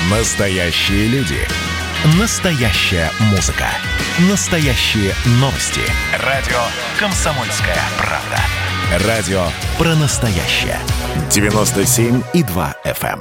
Настоящие люди. Настоящая музыка. Настоящие новости. Радио «Комсомольская правда». Радио про настоящее. 97,2 FM.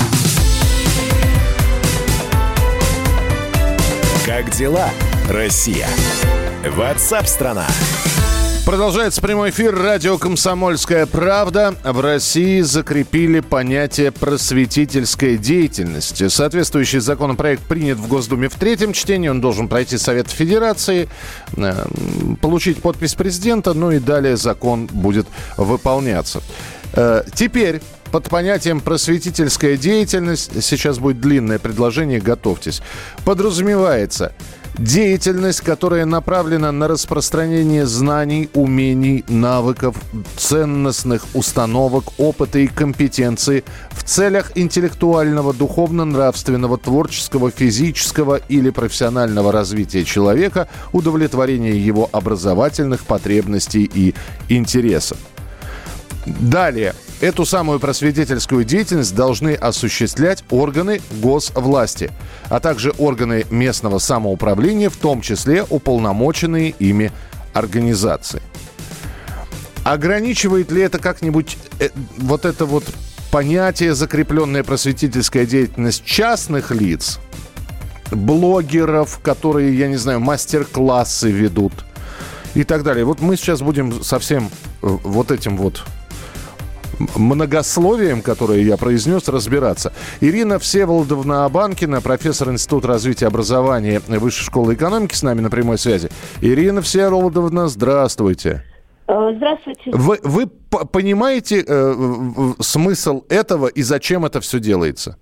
Как дела, Россия? WhatsApp-страна. Продолжается прямой эфир радио «Комсомольская правда». В России закрепили понятие «просветительская деятельность». Соответствующий законопроект принят в Госдуме в третьем чтении. Он должен пройти Совет Федерации, получить подпись президента, ну и далее закон будет выполняться. Теперь под понятием «просветительская деятельность», сейчас будет длинное предложение, готовьтесь, подразумевается деятельность, которая направлена на распространение знаний, умений, навыков, ценностных установок, опыта и компетенции в целях интеллектуального, духовно-нравственного, творческого, физического или профессионального развития человека, удовлетворения его образовательных потребностей и интересов. Далее. Эту самую просветительскую деятельность должны осуществлять органы госвласти, а также органы местного самоуправления, в том числе уполномоченные ими организации. Ограничивает ли это как-нибудь вот это вот понятие, закрепленная просветительская деятельность частных лиц, блогеров, которые, я не знаю, мастер-классы ведут и так далее? Вот мы сейчас будем со всем вот этим вот многословием, которое я произнес, разбираться. Ирина Всеволодовна Абанкина, профессор Института развития образования Высшей школы экономики, с нами на прямой связи. Ирина Всеволодовна, здравствуйте. Здравствуйте. Вы понимаете смысл этого и зачем это все делается?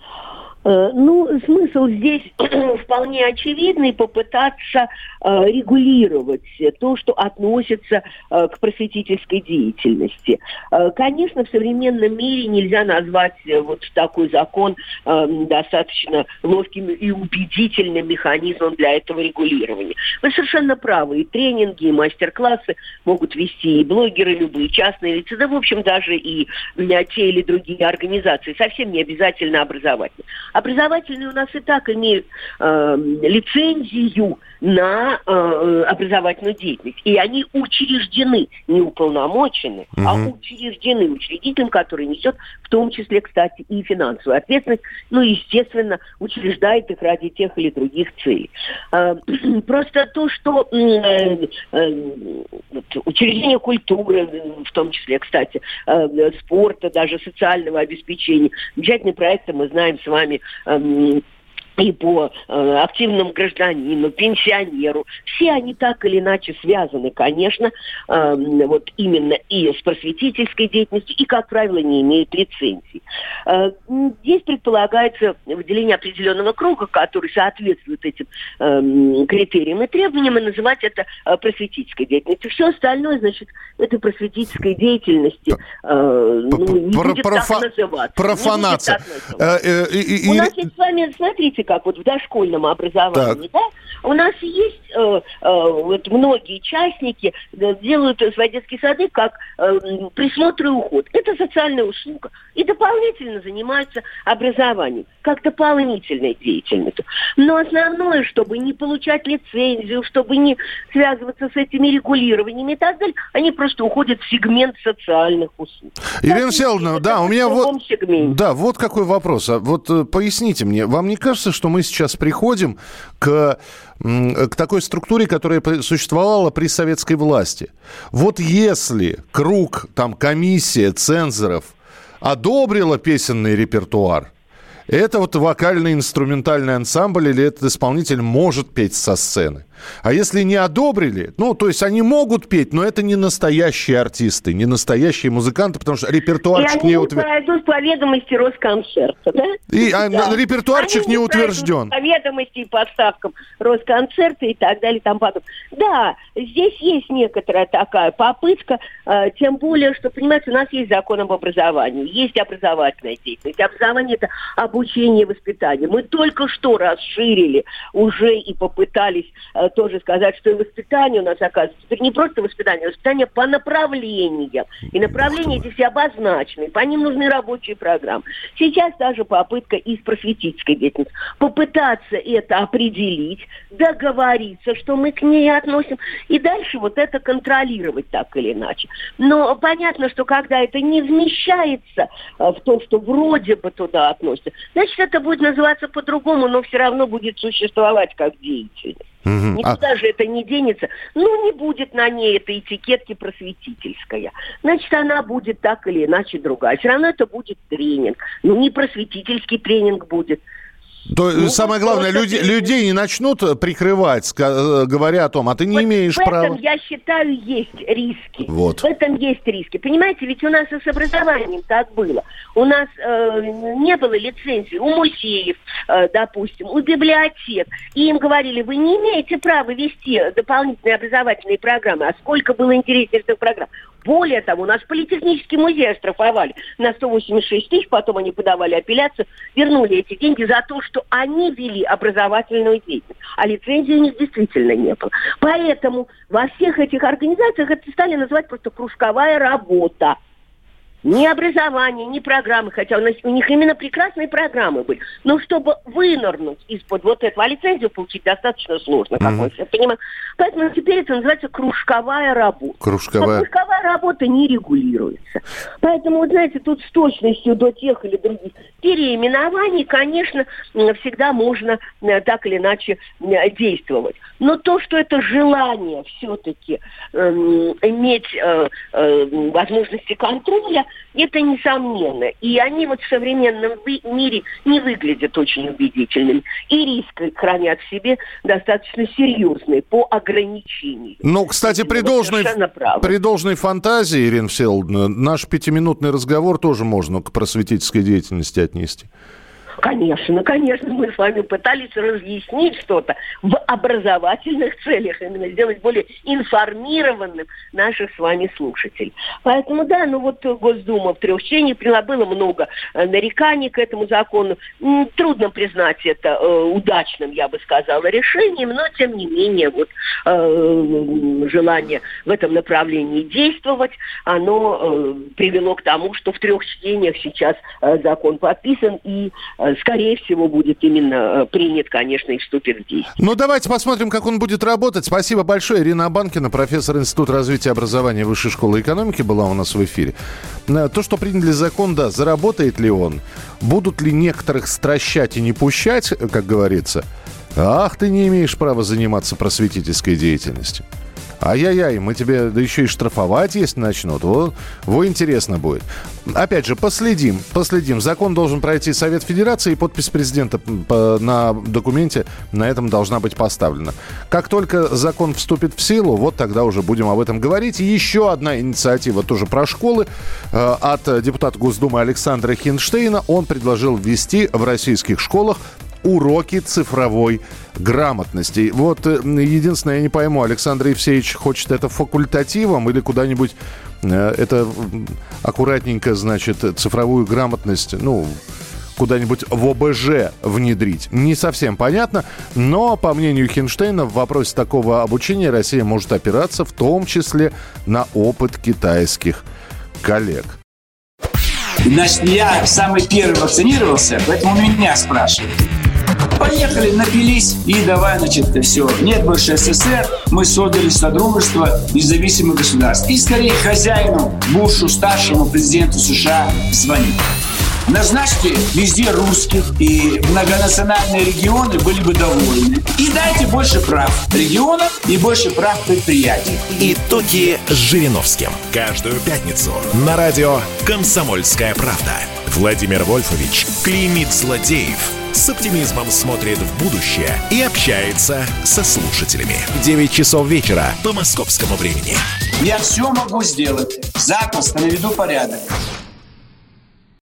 Смысл здесь вполне очевидный: попытаться регулировать то, что относится к просветительской деятельности. Конечно, в современном мире нельзя назвать вот такой закон достаточно ловким и убедительным механизмом для этого регулирования. Вы совершенно правы. И тренинги, и мастер-классы могут вести и блогеры, любые частные лица, да, в общем, даже и те или другие организации, совсем не обязательно образовательные. Образовательные у нас и так имеют лицензию на образовательную деятельность. И они учреждены, не уполномочены, а учреждены учредителем, который несет в том числе, кстати, и финансовую ответственность, естественно, учреждает их ради тех или других целей. Просто то, что учреждение культуры, в том числе, кстати, спорта, даже социального обеспечения, замечательные проекты мы знаем с вами и по активному гражданину, пенсионеру. Все они так или иначе связаны, конечно, вот именно и с просветительской деятельностью, и, как правило, не имеют лицензий. Здесь предполагается выделение определенного круга, который соответствует этим критериям и требованиям, и называть это просветительской деятельностью. Все остальное, значит, это просветительской деятельности не будет так называться. Профанация. У нас ведь с вами, смотрите, как вот в дошкольном образовании, да, у нас есть вот многие частники делают свои детские сады как присмотр и уход. Это социальная услуга. И дополнительно занимаются образованием, как дополнительной деятельностью. Но основное, чтобы не получать лицензию, чтобы не связываться с этими регулированиями и так далее, они просто уходят в сегмент социальных услуг. Ирина Всеволодовна, да, у меня вот какой вопрос. Вот поясните мне, вам не кажется, что мы сейчас приходим к такой структуре, которая существовала при советской власти? Вот если круг, там, комиссия цензоров одобрила песенный репертуар, это вот вокально-инструментальный ансамбль или этот исполнитель может петь со сцены. А если не одобрили, то есть они могут петь, но это не настоящие артисты, не настоящие музыканты, потому что репертуарчик не утвержден. И они пройдут по ведомости Росконцерта, да? Репертуарчик не утвержден. По ведомости и подставкам Росконцерта и так далее и тому подобное. Да, здесь есть некоторая такая попытка, тем более, что, понимаете, у нас есть закон об образовании, есть образовательная деятельность. Образование – это обучение и воспитание. Мы только что расширили уже и попытались тоже сказать, что и воспитание у нас, оказывается, теперь не просто воспитание, а воспитание по направлениям. И направления эти все обозначены, по ним нужны рабочие программы. Сейчас даже попытка из просветительской деятельности попытаться это определить, договориться, что мы к ней относим, и дальше вот это контролировать так или иначе. Но понятно, что когда это не вмещается в то, что вроде бы туда относится, значит, это будет называться по-другому, но все равно будет существовать как деятельность. Никуда же это не денется. Ну, не будет на ней этой этикетки просветительская. Значит, она будет так или иначе другая. Все равно это будет тренинг. Ну, не просветительский тренинг будет. Самое главное, людей не начнут прикрывать, говоря о том, а ты не имеешь права. В этом, я считаю, есть риски. Вот. В этом есть риски. Понимаете, ведь у нас и с образованием так было. У нас не было лицензий у музеев, допустим, у библиотек. И им говорили, вы не имеете права вести дополнительные образовательные программы. А сколько было интересных программ. Более того, у нас политехнический музей оштрафовали на 186 тысяч, потом они подавали апелляцию, вернули эти деньги за то, что они вели образовательную деятельность, а лицензии у них действительно не было. Поэтому во всех этих организациях это стали называть просто кружковая работа. Ни образование, ни программы, хотя у них именно прекрасные программы были. Но чтобы вынырнуть из-под вот этого, а лицензию получить достаточно сложно, как мы все понимаем. Поэтому теперь это называется кружковая работа. А кружковая работа не регулируется. Поэтому, вот знаете, тут с точностью до тех или других переименований, конечно, всегда можно так или иначе действовать. Но то, что это желание все-таки иметь возможности контроля, это несомненно. И они вот в современном мире не выглядят очень убедительными. И риски хранят в себе достаточно серьезные по ограничению. Ну, кстати, при должной фантазии, Ирина Всеволодовна, наш 5-минутный разговор тоже можно к просветительской деятельности отнести. Конечно, мы с вами пытались разъяснить что-то в образовательных целях, именно сделать более информированным наших с вами слушателей. Поэтому, да, Госдума в 3 чтениях приняла, было много нареканий к этому закону. Трудно признать это удачным, я бы сказала, решением, но, тем не менее, желание в этом направлении действовать, оно привело к тому, что в 3 чтениях сейчас закон подписан и скорее всего, будет именно принят, конечно, и вступит в действие. Ну, давайте посмотрим, как он будет работать. Спасибо большое. Ирина Абанкина, профессор Института развития образования Высшей школы экономики, была у нас в эфире. То, что приняли закон, да, заработает ли он? Будут ли некоторых стращать и не пущать, как говорится? Ах, ты не имеешь права заниматься просветительской деятельностью. Ай-яй-яй, мы тебе да еще и штрафовать, если начнут. Вот интересно будет. Опять же, последим. Закон должен пройти Совет Федерации, и подпись президента на документе на этом должна быть поставлена. Как только закон вступит в силу, вот тогда уже будем об этом говорить. И еще одна инициатива тоже про школы от депутата Госдумы Александра Хинштейна. Он предложил ввести в российских школах уроки цифровой грамотности. Вот единственное, я не пойму, Александр Евсеевич хочет это факультативом или куда-нибудь это аккуратненько, значит, цифровую грамотность, куда-нибудь в ОБЖ внедрить. Не совсем понятно, но, по мнению Хинштейна, в вопросе такого обучения Россия может опираться в том числе на опыт китайских коллег. Значит, я самый первый вакцинировался, поэтому меня спрашивают. Поехали, напились и давай, все. Нет больше СССР, мы создали Содружество независимых государств. И скорее хозяину Бушу, старшему президенту США, звонить. Назначьте везде русских, и многонациональные регионы были бы довольны. И дайте больше прав регионам и больше прав предприятий. Итоги с Жириновским. Каждую пятницу на радио «Комсомольская правда». Владимир Вольфович клеймит злодеев, с оптимизмом смотрит в будущее и общается со слушателями. 9 часов вечера по московскому времени. Я все могу сделать. Запросто наведу порядок.